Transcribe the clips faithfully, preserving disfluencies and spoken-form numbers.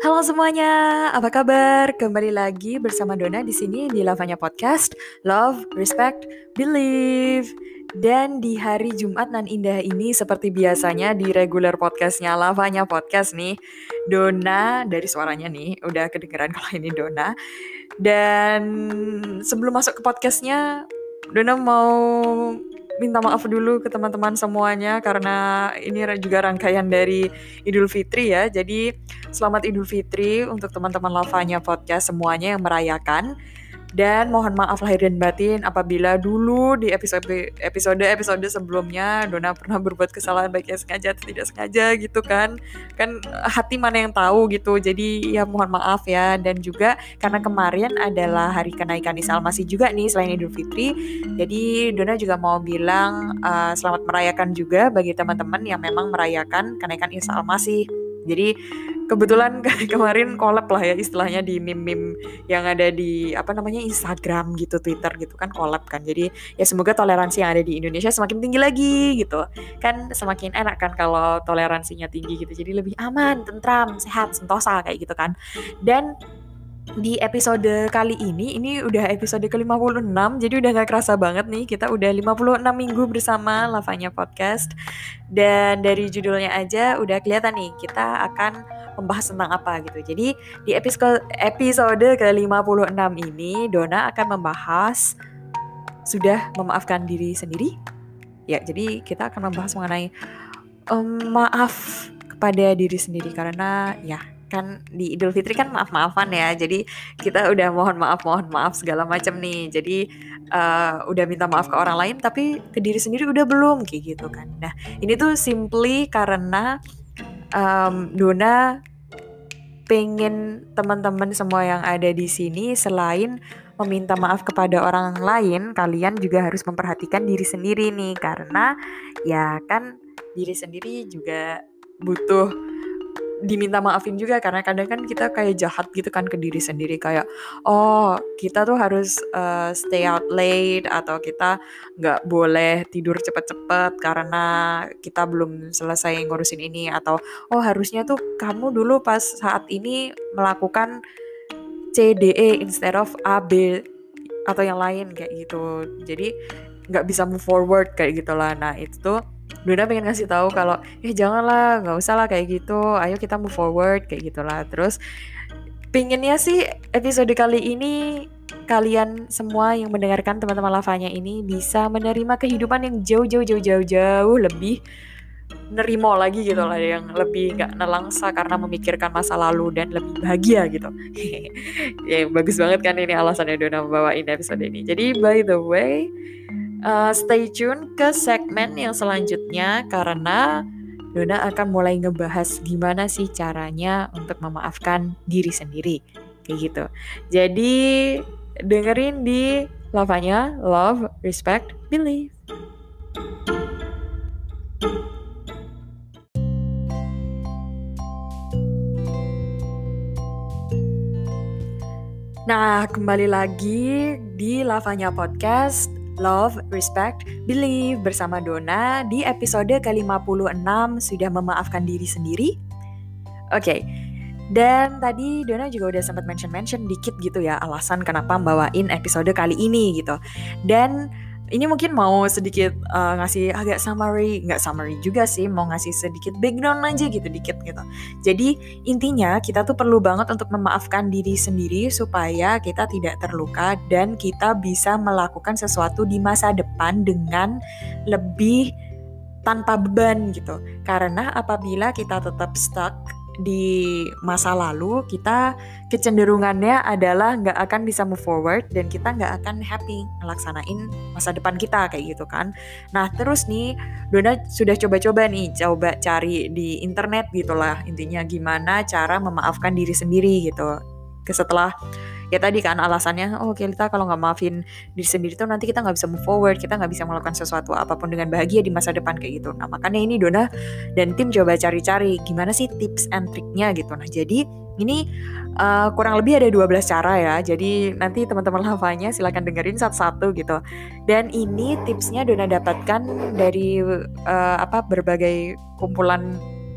Halo semuanya, apa kabar? Kembali lagi bersama Dona di sini di Lavanya Podcast, Love, Respect, Believe. Dan di hari Jumat nan indah ini seperti biasanya di regular podcastnya Lavanya Podcast nih, Dona dari suaranya nih udah kedengeran kalau ini Dona. Dan sebelum masuk ke podcastnya, Dona mau minta maaf dulu ke teman-teman semuanya karena ini juga rangkaian dari Idul Fitri ya. Jadi selamat Idul Fitri untuk teman-teman Lavanya Podcast semuanya yang merayakan. Dan mohon maaf lahir dan batin apabila dulu di episode episode episode sebelumnya Dona pernah berbuat kesalahan baik yang sengaja atau tidak sengaja gitu kan. Kan hati mana yang tahu gitu. Jadi ya mohon maaf ya. Dan juga karena kemarin adalah hari kenaikan Isa Al-Masih juga nih selain Idul Fitri. Jadi Dona juga mau bilang uh, selamat merayakan juga bagi teman-teman yang memang merayakan kenaikan Isa Al-Masih. Jadi kebetulan kemarin collab lah ya istilahnya di meme-meme yang ada di apa namanya Instagram gitu, Twitter gitu kan collab kan. Jadi ya semoga toleransi yang ada di Indonesia semakin tinggi lagi gitu. Kan semakin enak kan kalau toleransinya tinggi gitu. Jadi lebih aman, tentram, sehat, sentosa kayak gitu kan. Dan di episode kali ini, ini udah episode ke lima puluh enam, jadi udah gak kerasa banget nih, kita udah lima puluh enam minggu bersama Lavanya Podcast. Dan dari judulnya aja udah kelihatan nih, kita akan membahas tentang apa gitu. Jadi di episode, episode ke lima puluh enam ini, Dona akan membahas sudah memaafkan diri sendiri? Ya, jadi kita akan membahas mengenai um, maaf kepada diri sendiri karena ya kan di Idul Fitri kan maaf-maafan ya, jadi kita udah mohon maaf mohon maaf segala macam nih, jadi uh, udah minta maaf ke orang lain tapi ke diri sendiri udah belum kayak gitu kan. Nah ini tuh simply karena um, Dona pengen teman-teman semua yang ada di sini selain meminta maaf kepada orang lain, kalian juga harus memperhatikan diri sendiri nih, karena ya kan diri sendiri juga butuh diminta maafin juga, karena kadang kan kita kayak jahat gitu kan ke diri sendiri, kayak oh kita tuh harus uh, stay out late atau kita nggak boleh tidur cepet-cepet karena kita belum selesai ngurusin ini, atau oh harusnya tuh kamu dulu pas saat ini melakukan C D E instead of A B atau yang lain kayak gitu, jadi nggak bisa move forward kayak gitulah. Nah itu tuh Dona pengen ngasih tahu kalau eh janganlah, nggak usah lah kayak gitu, ayo kita move forward kayak gitulah. Terus pengennya sih episode kali ini kalian semua yang mendengarkan teman-teman Lavanya ini bisa menerima kehidupan yang jauh-jauh-jauh-jauh lebih nerimo lagi gitu lah, yang lebih gak nelangsa karena memikirkan masa lalu dan lebih bahagia gitu. Ya bagus banget kan ini alasannya Dona membawain episode ini. Jadi by the way, Uh, stay tune ke segmen yang selanjutnya karena Dona akan mulai ngebahas gimana sih caranya untuk memaafkan diri sendiri kayak gitu. Jadi dengerin di Lavanya Love, Respect, Believe. Nah, kembali lagi di Lavanya Podcast Love, Respect, Believe bersama Dona di episode ke lima puluh enam sudah memaafkan diri sendiri. Oke, okay. Dan tadi Dona juga udah sempat mention-mention dikit gitu ya alasan kenapa bawain episode kali ini gitu. Dan ini mungkin mau sedikit uh, ngasih agak summary, nggak summary juga sih, mau ngasih sedikit background aja gitu, dikit gitu. Jadi intinya kita tuh perlu banget untuk memaafkan diri sendiri supaya kita tidak terluka dan kita bisa melakukan sesuatu di masa depan dengan lebih tanpa beban gitu. Karena apabila kita tetap stuck di masa lalu, kita kecenderungannya adalah nggak akan bisa move forward dan kita nggak akan happy ngelaksanain masa depan kita kayak gitu kan. Nah terus nih Dona sudah coba-coba nih, coba cari di internet gitulah, intinya gimana cara memaafkan diri sendiri gitu. Setelah ya tadi kan alasannya, oh kita kalau nggak maafin diri sendiri tuh nanti kita nggak bisa move forward, kita nggak bisa melakukan sesuatu apapun dengan bahagia di masa depan kayak gitu. Nah makanya ini Dona dan tim coba cari-cari gimana sih tips and triknya gitu. Nah jadi ini uh, kurang lebih ada dua belas cara ya, jadi nanti teman-teman Lavanya silakan dengerin satu-satu gitu. Dan ini tipsnya Dona dapatkan dari uh, apa berbagai kumpulan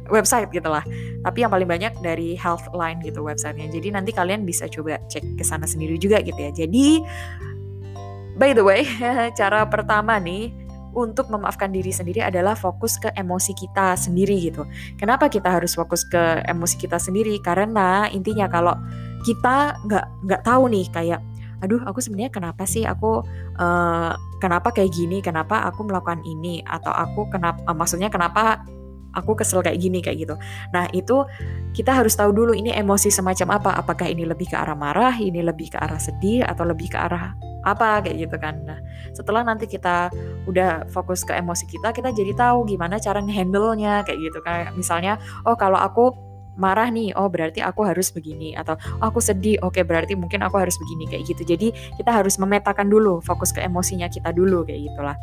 website gitu lah. Tapi yang paling banyak dari Healthline gitu websitenya. Jadi nanti kalian bisa coba cek ke sana sendiri juga gitu ya. Jadi by the way, cara pertama nih untuk memaafkan diri sendiri adalah fokus ke emosi kita sendiri gitu. Kenapa kita harus fokus ke emosi kita sendiri? Karena intinya kalau kita nggak nggak tahu nih kayak, aduh aku sebenarnya kenapa sih aku uh, kenapa kayak gini, kenapa aku melakukan ini, atau aku kenapa uh, maksudnya kenapa aku kesel kayak gini kayak gitu. Nah itu kita harus tahu dulu ini emosi semacam apa. Apakah ini lebih ke arah marah, ini lebih ke arah sedih, atau lebih ke arah apa kayak gitu kan. Nah setelah nanti kita udah fokus ke emosi kita, kita jadi tahu gimana cara ngehandle-nya kayak gitu. Kayak misalnya, oh kalau aku marah nih, oh berarti aku harus begini, atau oh, aku sedih, oke berarti mungkin aku harus begini kayak gitu. Jadi kita harus memetakan dulu, fokus ke emosinya kita dulu kayak gitulah.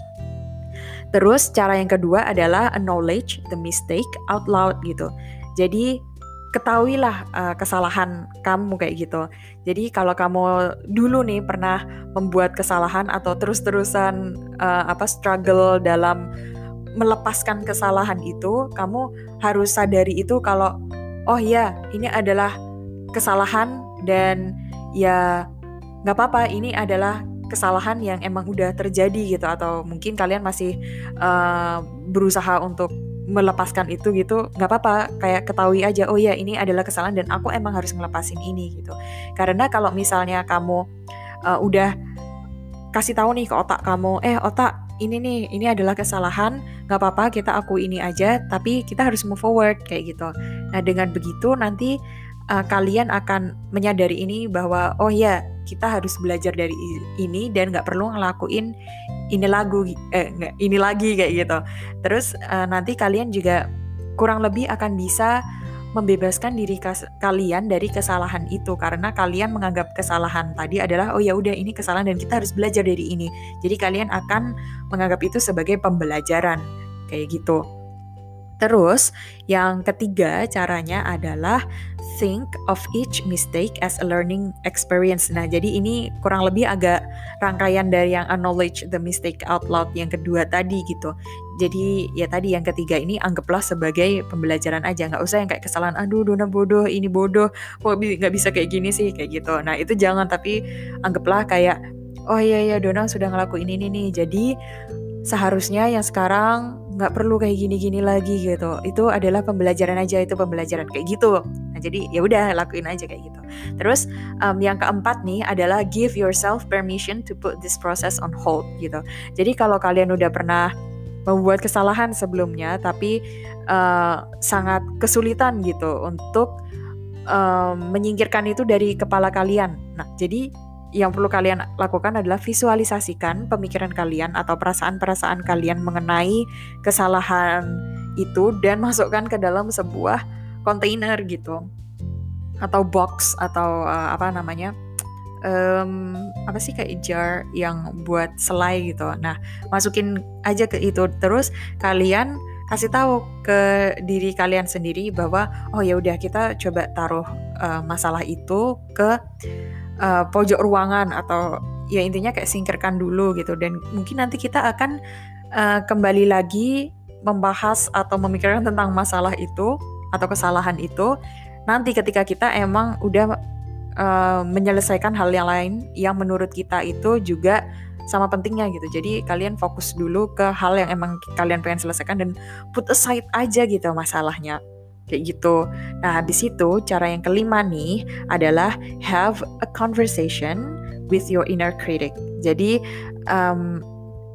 Terus cara yang kedua adalah acknowledge the mistake out loud gitu. Jadi ketahuilah uh, kesalahan kamu kayak gitu. Jadi kalau kamu dulu nih pernah membuat kesalahan atau terus-terusan uh, apa struggle dalam melepaskan kesalahan itu, kamu harus sadari itu kalau oh ya ini adalah kesalahan dan ya nggak apa-apa, ini adalah kesalahan yang emang udah terjadi gitu, atau mungkin kalian masih uh, berusaha untuk melepaskan itu gitu, nggak apa-apa, kayak ketahui aja oh ya ini adalah kesalahan dan aku emang harus ngelepasin ini gitu. Karena kalau misalnya kamu uh, udah kasih tahu nih ke otak kamu, eh otak ini nih ini adalah kesalahan, nggak apa-apa kita aku ini aja, tapi kita harus move forward kayak gitu. Nah dengan begitu nanti uh, kalian akan menyadari ini bahwa oh ya kita harus belajar dari ini dan nggak perlu ngelakuin ini lagu eh nggak ini lagi kayak gitu. Terus uh, nanti kalian juga kurang lebih akan bisa membebaskan diri kas- kalian dari kesalahan itu, karena kalian menganggap kesalahan tadi adalah oh ya udah ini kesalahan dan kita harus belajar dari ini. Jadi kalian akan menganggap itu sebagai pembelajaran kayak gitu. Terus yang ketiga caranya adalah think of each mistake as a learning experience. Nah jadi ini kurang lebih agak rangkaian dari yang acknowledge the mistake out loud yang kedua tadi gitu. Jadi ya tadi yang ketiga ini anggaplah sebagai pembelajaran aja, nggak usah yang kayak kesalahan, aduh Dona bodoh, ini bodoh, kok nggak bisa kayak gini sih kayak gitu. Nah itu jangan, tapi anggaplah kayak oh iya iya Dona sudah ngelakuin ini nih, jadi seharusnya yang sekarang nggak perlu kayak gini-gini lagi gitu. Itu adalah pembelajaran aja, itu pembelajaran kayak gitu. Nah jadi ya udah lakuin aja kayak gitu. Terus um, yang keempat nih adalah give yourself permission to put this process on hold gitu. Jadi kalau kalian udah pernah membuat kesalahan sebelumnya tapi uh, sangat kesulitan gitu untuk um, menyingkirkan itu dari kepala kalian. Nah jadi yang perlu kalian lakukan adalah visualisasikan pemikiran kalian atau perasaan-perasaan kalian mengenai kesalahan itu dan masukkan ke dalam sebuah kontainer gitu, atau box, atau uh, apa namanya um, apa sih kayak jar yang buat selai gitu. Nah masukin aja ke itu, terus kalian kasih tahu ke diri kalian sendiri bahwa oh ya udah kita coba taruh uh, masalah itu ke Uh, pojok ruangan, atau ya intinya kayak singkirkan dulu gitu, dan mungkin nanti kita akan uh, kembali lagi membahas atau memikirkan tentang masalah itu atau kesalahan itu nanti ketika kita emang udah uh, menyelesaikan hal yang lain yang menurut kita itu juga sama pentingnya gitu. Jadi kalian fokus dulu ke hal yang emang kalian pengen selesaikan dan put aside aja gitu masalahnya. Kayak gitu. Nah habis itu cara yang kelima nih adalah have a conversation with your inner critic. Jadi um,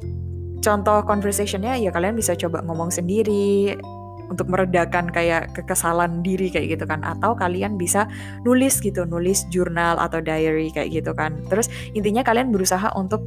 contoh conversationnya ya kalian bisa coba ngomong sendiri untuk meredakan kayak kekesalan diri kayak gitu kan, atau kalian bisa nulis gitu, nulis jurnal atau diary kayak gitu kan. Terus intinya kalian berusaha untuk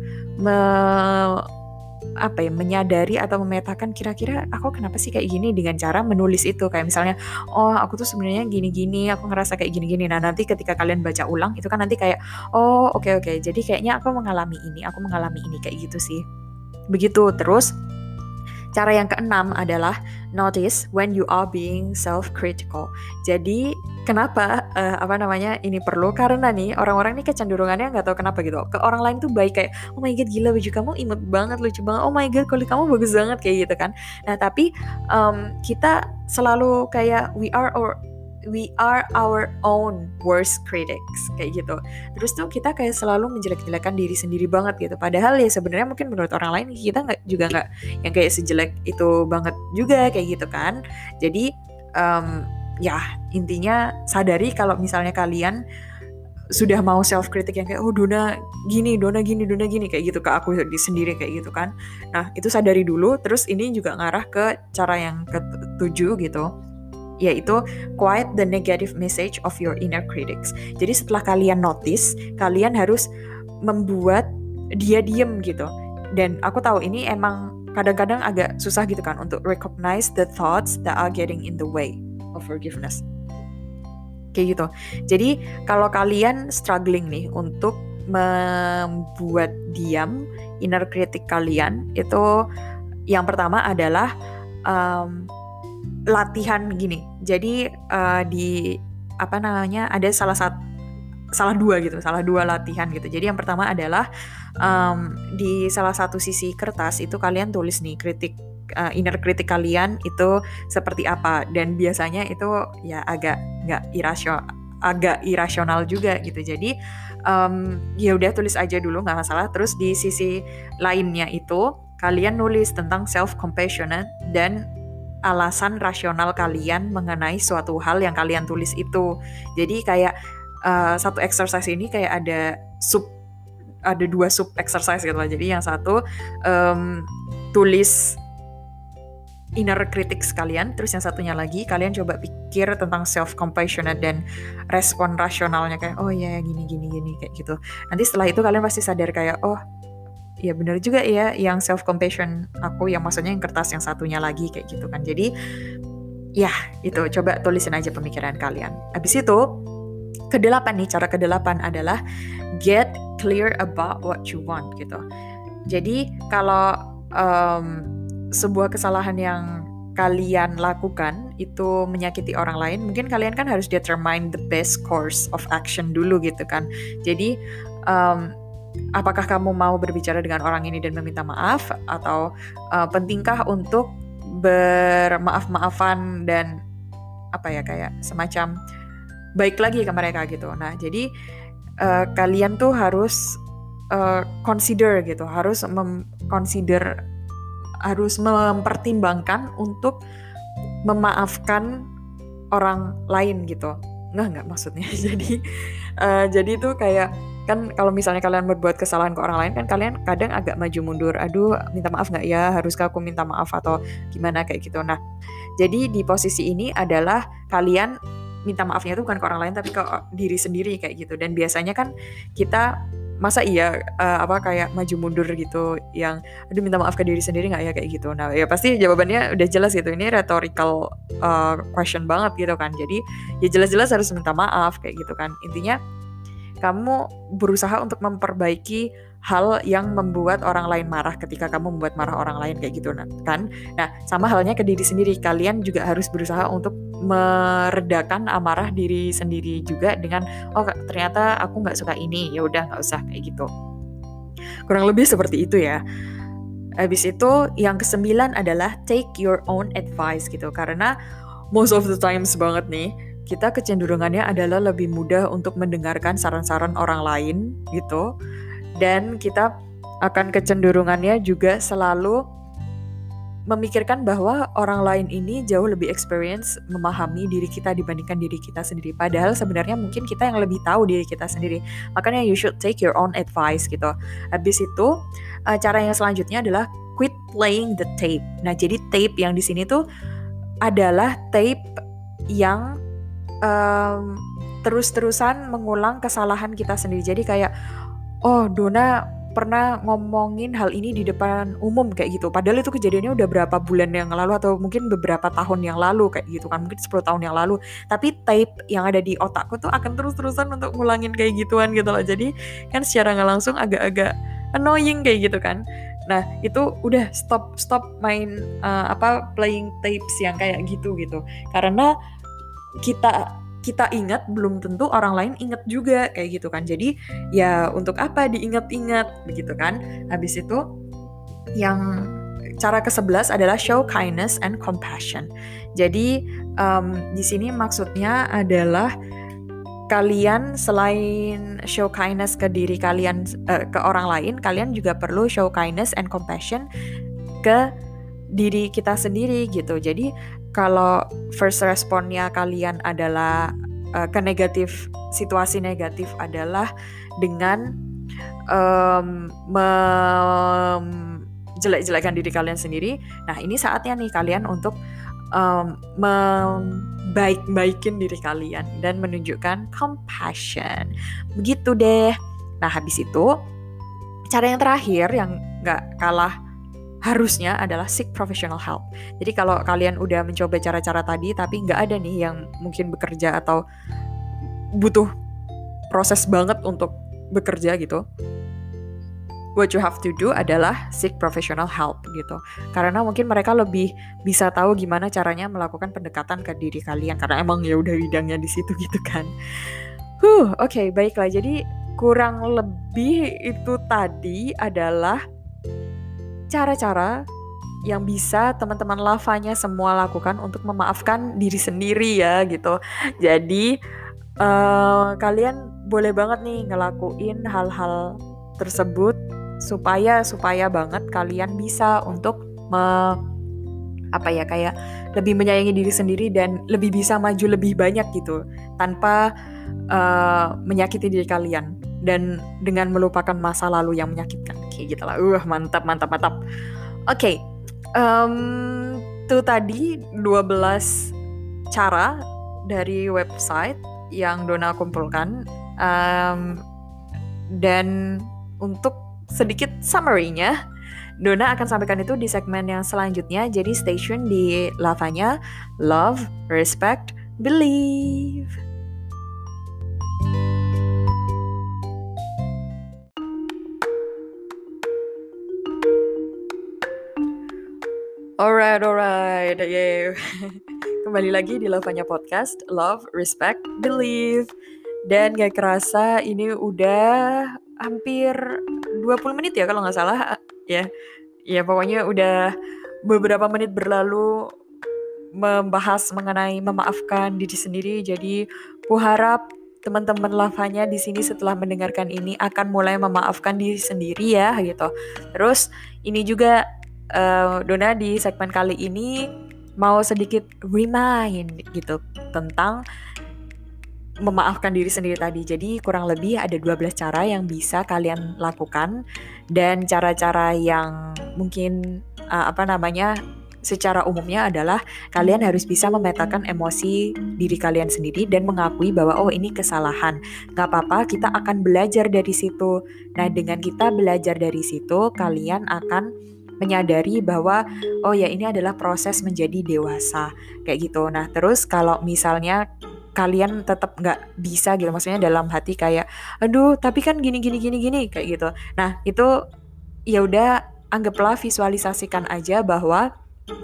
me- apa ya menyadari atau memetakan kira-kira aku kenapa sih kayak gini dengan cara menulis itu. Kayak misalnya oh aku tuh sebenarnya gini-gini, aku ngerasa kayak gini-gini. Nah nanti ketika kalian baca ulang itu kan nanti kayak oh oke okay, oke okay. Jadi kayaknya aku mengalami ini, aku mengalami ini kayak gitu sih. Begitu. Terus Cara yang keenam adalah notice when you are being self-critical. Jadi kenapa uh, apa namanya ini perlu? Karena nih orang-orang ini kecenderungannya nggak tahu kenapa gitu. Ke orang lain tuh baik kayak, oh my god gila baju kamu imut banget, lucu banget. Oh my god kulit kamu bagus banget kayak gitu kan. Nah tapi um, kita selalu kayak we are or we are our own worst critics kayak gitu. Terus tuh kita kayak selalu menjelek-jelekan diri sendiri banget gitu. Padahal ya sebenarnya mungkin menurut orang lain kita nggak juga nggak yang kayak sejelek itu banget juga kayak gitu kan. Jadi um, ya intinya sadari kalau misalnya kalian sudah mau self critic yang kayak oh Dona gini, Dona gini, Dona gini kayak gitu ke aku sendiri kayak gitu kan. Nah itu sadari dulu. Terus ini juga ngarah ke cara yang ketujuh gitu, yaitu quiet the negative message of your inner critics. Jadi setelah kalian notice, kalian harus membuat dia diem gitu. Dan aku tahu ini emang kadang-kadang agak susah gitu kan untuk recognize the thoughts that are getting in the way of forgiveness. Kayak gitu. Jadi kalau kalian struggling nih untuk membuat diam inner critic kalian, itu yang pertama adalah um, latihan gini. Jadi uh, di apa namanya ada salah satu salah dua gitu, salah dua latihan gitu. Jadi yang pertama adalah um, di salah satu sisi kertas itu kalian tulis nih kritik uh, inner kritik kalian itu seperti apa, dan biasanya itu ya agak nggak irasional, agak irasional juga gitu. Jadi um, ya udah tulis aja dulu nggak masalah. Terus di sisi lainnya itu kalian nulis tentang self compassionate dan alasan rasional kalian mengenai suatu hal yang kalian tulis itu. Jadi kayak uh, satu exercise ini kayak ada sub ada dua sub exercise gitu lah. Jadi yang satu um, tulis inner critics kalian, terus yang satunya lagi kalian coba pikir tentang self compassionate dan respon rasionalnya kayak oh ya gini gini gini kayak gitu. Nanti setelah itu kalian pasti sadar kayak oh ya benar juga ya yang self compassion aku, yang maksudnya yang kertas yang satunya lagi kayak gitu kan. Jadi ya itu coba tulisin aja pemikiran kalian. Habis itu kedelapan nih, cara kedelapan adalah get clear about what you want gitu. Jadi kalau um, sebuah kesalahan yang kalian lakukan itu menyakiti orang lain, mungkin kalian kan harus determine the best course of action dulu gitu kan. Jadi um, apakah kamu mau berbicara dengan orang ini dan meminta maaf, atau uh, pentingkah untuk bermaaf-maafan dan apa ya kayak semacam baik lagi ke mereka gitu. Nah jadi uh, kalian tuh harus uh, consider gitu, harus mem- consider harus mempertimbangkan untuk memaafkan orang lain gitu. Nggak nggak maksudnya. jadi uh, jadi tuh kayak kan kalau misalnya kalian berbuat kesalahan ke orang lain kan kalian kadang agak maju mundur, aduh minta maaf nggak ya, haruskah aku minta maaf atau gimana kayak gitu. Nah jadi di posisi ini adalah kalian minta maafnya itu bukan ke orang lain tapi ke diri sendiri kayak gitu. Dan biasanya kan kita masa iya uh, apa kayak maju mundur gitu yang aduh minta maaf ke diri sendiri nggak ya kayak gitu. Nah ya pasti jawabannya udah jelas gitu, ini rhetorical uh, question banget gitu kan. Jadi ya jelas-jelas harus minta maaf kayak gitu kan. Intinya kamu berusaha untuk memperbaiki hal yang membuat orang lain marah ketika kamu membuat marah orang lain kayak gitu kan. Nah sama halnya ke diri sendiri, kalian juga harus berusaha untuk meredakan amarah diri sendiri juga dengan oh ternyata aku nggak suka ini, ya udah nggak usah kayak gitu. Kurang lebih seperti itu ya. Habis itu yang kesembilan adalah take your own advice gitu, karena most of the times banget nih kita kecenderungannya adalah lebih mudah untuk mendengarkan saran-saran orang lain gitu, dan kita akan kecenderungannya juga selalu memikirkan bahwa orang lain ini jauh lebih experience memahami diri kita dibandingkan diri kita sendiri. Padahal sebenarnya mungkin kita yang lebih tahu diri kita sendiri. Makanya you should take your own advice gitu. Habis itu uh, cara yang selanjutnya adalah quit playing the tape. Nah jadi tape yang di sini tuh adalah tape yang Um, terus-terusan mengulang kesalahan kita sendiri. Jadi kayak oh Dona pernah ngomongin hal ini di depan umum kayak gitu, padahal itu kejadiannya udah berapa bulan yang lalu atau mungkin beberapa tahun yang lalu kayak gitu kan, mungkin sepuluh tahun yang lalu, tapi tape yang ada di otakku tuh akan terus-terusan untuk ngulangin kayak gituan gitu loh. Jadi kan secara nggak langsung agak-agak annoying kayak gitu kan. Nah itu udah stop stop main uh, apa playing tapes yang kayak gitu gitu. Karena kita kita ingat belum tentu orang lain ingat juga kayak gitu kan. Jadi ya untuk apa diingat-ingat begitu kan. Habis itu yang cara kesebelas adalah show kindness and compassion. Jadi um, di sini maksudnya adalah kalian selain show kindness ke diri kalian, uh, ke orang lain, kalian juga perlu show kindness and compassion ke diri kita sendiri gitu. Jadi kalau first responnya kalian adalah uh, ke negatif, situasi negatif adalah dengan um, menjelek-jelekan diri kalian sendiri. Nah ini saatnya nih kalian untuk um, membaik-baikin diri kalian dan menunjukkan compassion. Begitu deh. Nah habis itu cara yang terakhir yang gak kalah harusnya adalah seek professional help. Jadi kalau kalian udah mencoba cara-cara tadi tapi nggak ada nih yang mungkin bekerja atau butuh proses banget untuk bekerja gitu, what you have to do adalah seek professional help gitu. Karena mungkin mereka lebih bisa tahu gimana caranya melakukan pendekatan ke diri kalian karena emang ya udah bidangnya di situ gitu kan. Huh, oke, okay, baiklah. Jadi kurang lebih itu tadi adalah cara-cara yang bisa teman-teman lavanya semua lakukan untuk memaafkan diri sendiri ya gitu. Jadi uh, kalian boleh banget nih ngelakuin hal-hal tersebut supaya supaya banget kalian bisa untuk me, apa ya kayak lebih menyayangi diri sendiri dan lebih bisa maju lebih banyak gitu tanpa uh, menyakiti diri kalian dan dengan melupakan masa lalu yang menyakitkan. Kayak gitu lah. Uh, mantap, mantap, mantap. Oke. Okay. Um, itu tadi dua belas cara dari website yang Dona kumpulkan. Um, dan untuk sedikit summary-nya, Dona akan sampaikan itu di segmen yang selanjutnya. Jadi stay tune di Lavanya. Love, respect, believe. Alright, alright, yeah. Kembali lagi di Lavanya Podcast, Love, Respect, Believe. Dan gak kerasa ini udah hampir dua puluh menit ya kalau gak salah. Ya, ya pokoknya udah beberapa menit berlalu membahas mengenai memaafkan diri sendiri. Jadi kuharap teman-teman Lavanya di sini setelah mendengarkan ini akan mulai memaafkan diri sendiri ya gitu. Terus ini juga Uh, Dona di segmen kali ini mau sedikit remind gitu tentang memaafkan diri sendiri tadi. Jadi kurang lebih ada dua belas cara yang bisa kalian lakukan dan cara-cara yang mungkin uh, apa namanya secara umumnya adalah kalian harus bisa memetakan emosi diri kalian sendiri dan mengakui bahwa oh ini kesalahan. Gak apa-apa, kita akan belajar dari situ. Nah dengan kita belajar dari situ kalian akan menyadari bahwa oh ya ini adalah proses menjadi dewasa kayak gitu. Nah terus kalau misalnya kalian tetap nggak bisa gitu, maksudnya dalam hati kayak aduh tapi kan gini gini gini gini kayak gitu. Nah itu ya udah anggaplah visualisasikan aja bahwa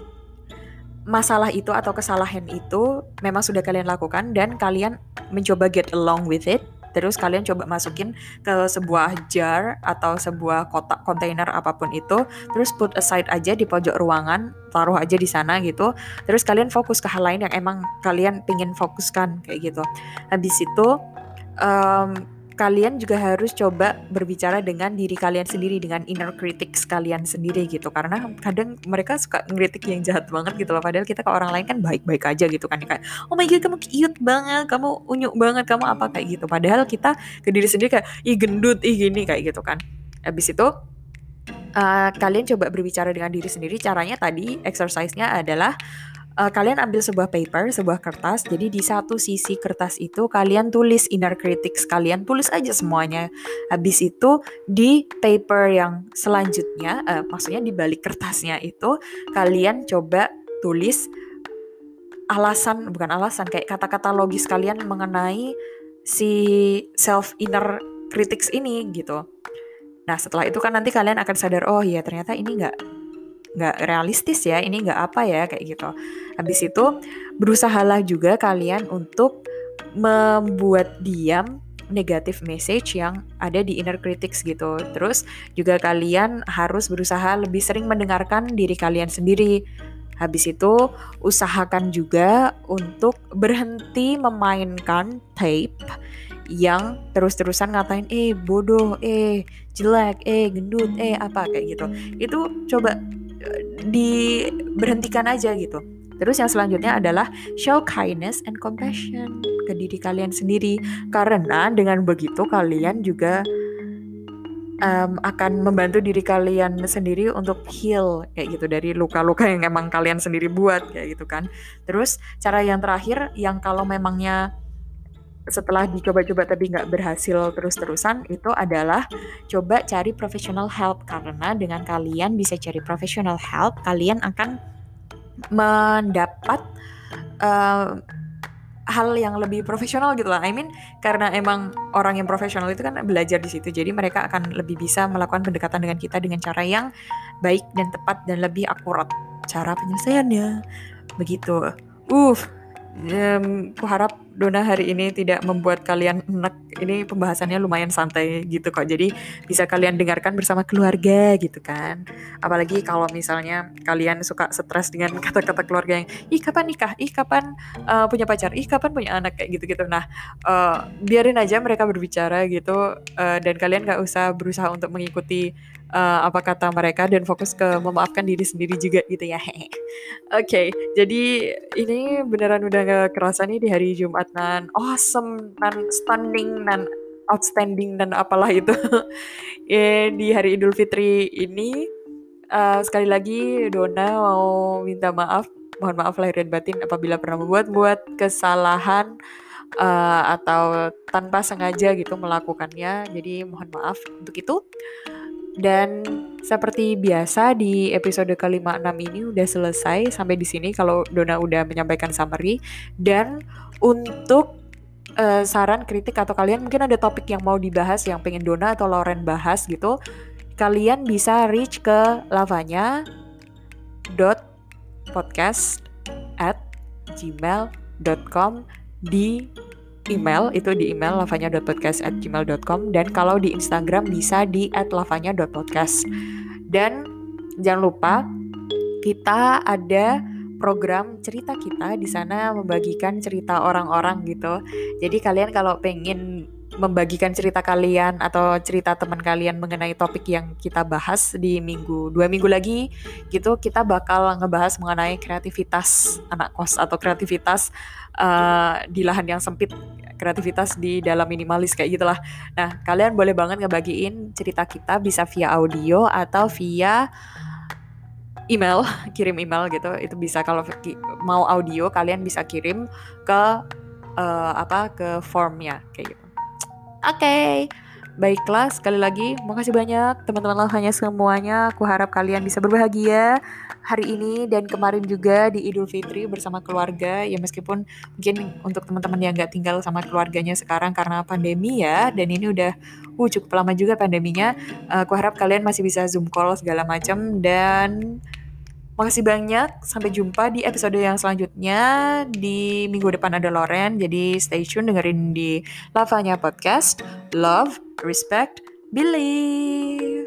masalah itu atau kesalahan itu memang sudah kalian lakukan dan kalian mencoba get along with it. Terus kalian coba masukin ke sebuah jar atau sebuah kotak kontainer apapun itu. Terus put aside aja di pojok ruangan, taruh aja di sana gitu. Terus kalian fokus ke hal lain yang emang kalian pengen fokuskan kayak gitu. Habis itu um, kalian juga harus coba berbicara dengan diri kalian sendiri, dengan inner critics kalian sendiri gitu. Karena kadang mereka suka ngeritik yang jahat banget gitu loh. Padahal kita ke orang lain kan baik-baik aja gitu kan. Kayak, oh my god kamu cute banget, kamu unyuk banget, kamu apa kayak gitu. Padahal kita ke diri sendiri kayak, ih gendut, ih gini kayak gitu kan. Habis itu uh, kalian coba berbicara dengan diri sendiri. Caranya tadi, exercise-nya adalah Uh, kalian ambil sebuah paper, sebuah kertas. Jadi di satu sisi kertas itu kalian tulis inner critics kalian, tulis aja semuanya. Habis itu di paper yang selanjutnya, uh, maksudnya di balik kertasnya itu kalian coba tulis alasan, bukan alasan, kayak kata-kata logis kalian mengenai si self inner critics ini gitu. Nah setelah itu kan nanti kalian akan sadar, oh iya ternyata ini nggak nggak realistis ya, ini nggak apa ya kayak gitu. Habis itu berusahalah juga kalian untuk membuat diam negative message yang ada di inner critics gitu. Terus juga kalian harus berusaha lebih sering mendengarkan diri kalian sendiri. Habis itu usahakan juga untuk berhenti memainkan tape yang terus-terusan ngatain eh bodoh, eh jelek, eh gendut, eh apa kayak gitu. Itu coba eh, diberhentikan aja gitu. Terus yang selanjutnya adalah show kindness and compassion ke diri kalian sendiri. Karena dengan begitu kalian juga um, akan membantu diri kalian sendiri untuk heal kayak gitu dari luka-luka yang emang kalian sendiri buat kayak gitu kan. Terus cara yang terakhir yang kalau memangnya setelah dicoba-coba tapi nggak berhasil terus-terusan itu adalah coba cari professional help, karena dengan kalian bisa cari professional help kalian akan mendapat uh, hal yang lebih profesional gitu lah. I mean karena emang orang yang profesional itu kan belajar di situ, jadi mereka akan lebih bisa melakukan pendekatan dengan kita dengan cara yang baik dan tepat dan lebih akurat cara penyelesaiannya begitu. Uh, um, aku harap Dona hari ini tidak membuat kalian enek. Ini pembahasannya lumayan santai gitu kok. Jadi bisa kalian dengarkan bersama keluarga gitu kan. Apalagi kalau misalnya kalian suka stres dengan kata-kata keluarga yang ih kapan nikah, ih kapan uh, punya pacar, ih kapan punya anak kayak gitu-gitu. Nah, uh, biarin aja mereka berbicara gitu uh, dan kalian gak usah berusaha untuk mengikuti uh, apa kata mereka dan fokus ke memaafkan diri sendiri juga gitu ya. Oke, okay, jadi ini beneran udah gak kerasa nih di hari Jumat nan awesome, nan stunning, nan outstanding dan apalah itu. eh, di hari Idul Fitri ini uh, sekali lagi Dona mau minta maaf, mohon maaf lahir dan batin apabila pernah membuat-buat kesalahan uh, atau tanpa sengaja gitu melakukannya. Jadi mohon maaf untuk itu. Dan seperti biasa di episode kelima enam ini udah selesai sampai di sini kalau Dona udah menyampaikan summary. Dan untuk uh, saran, kritik atau kalian mungkin ada topik yang mau dibahas yang pengen Dona atau Lauren bahas gitu, kalian bisa reach ke lavanya dot podcast at gmail dot com di email, itu di email lavanya dot podcast at gmail dot com, dan kalau di Instagram bisa di at lavanya dot podcast. Dan jangan lupa kita ada program cerita kita di sana, membagikan cerita orang-orang gitu. Jadi kalian kalau pengen membagikan cerita kalian atau cerita teman kalian mengenai topik yang kita bahas di minggu dua minggu lagi gitu, kita bakal ngebahas mengenai kreativitas anak kos atau kreativitas uh, di lahan yang sempit, kreativitas di dalam minimalis kayak gitulah. Nah kalian boleh banget ngebagiin cerita kita bisa via audio atau via email, kirim email gitu. Itu bisa, kalau mau audio kalian bisa kirim ke uh, apa ke formnya kayak gitu. Oke, okay. Baiklah, sekali lagi makasih banyak teman-teman lavanya semuanya. Aku harap kalian bisa berbahagia hari ini dan kemarin juga di Idul Fitri bersama keluarga. Ya meskipun mungkin untuk teman-teman yang gak tinggal sama keluarganya sekarang karena pandemi ya, dan ini udah uh, cukup lama juga pandeminya. uh, Aku harap kalian masih bisa Zoom call segala macam. Dan makasih banyak, sampai jumpa di episode yang selanjutnya. Di minggu depan ada Lauren, jadi stay tune dengerin di Lavanya Podcast. Love, respect, believe.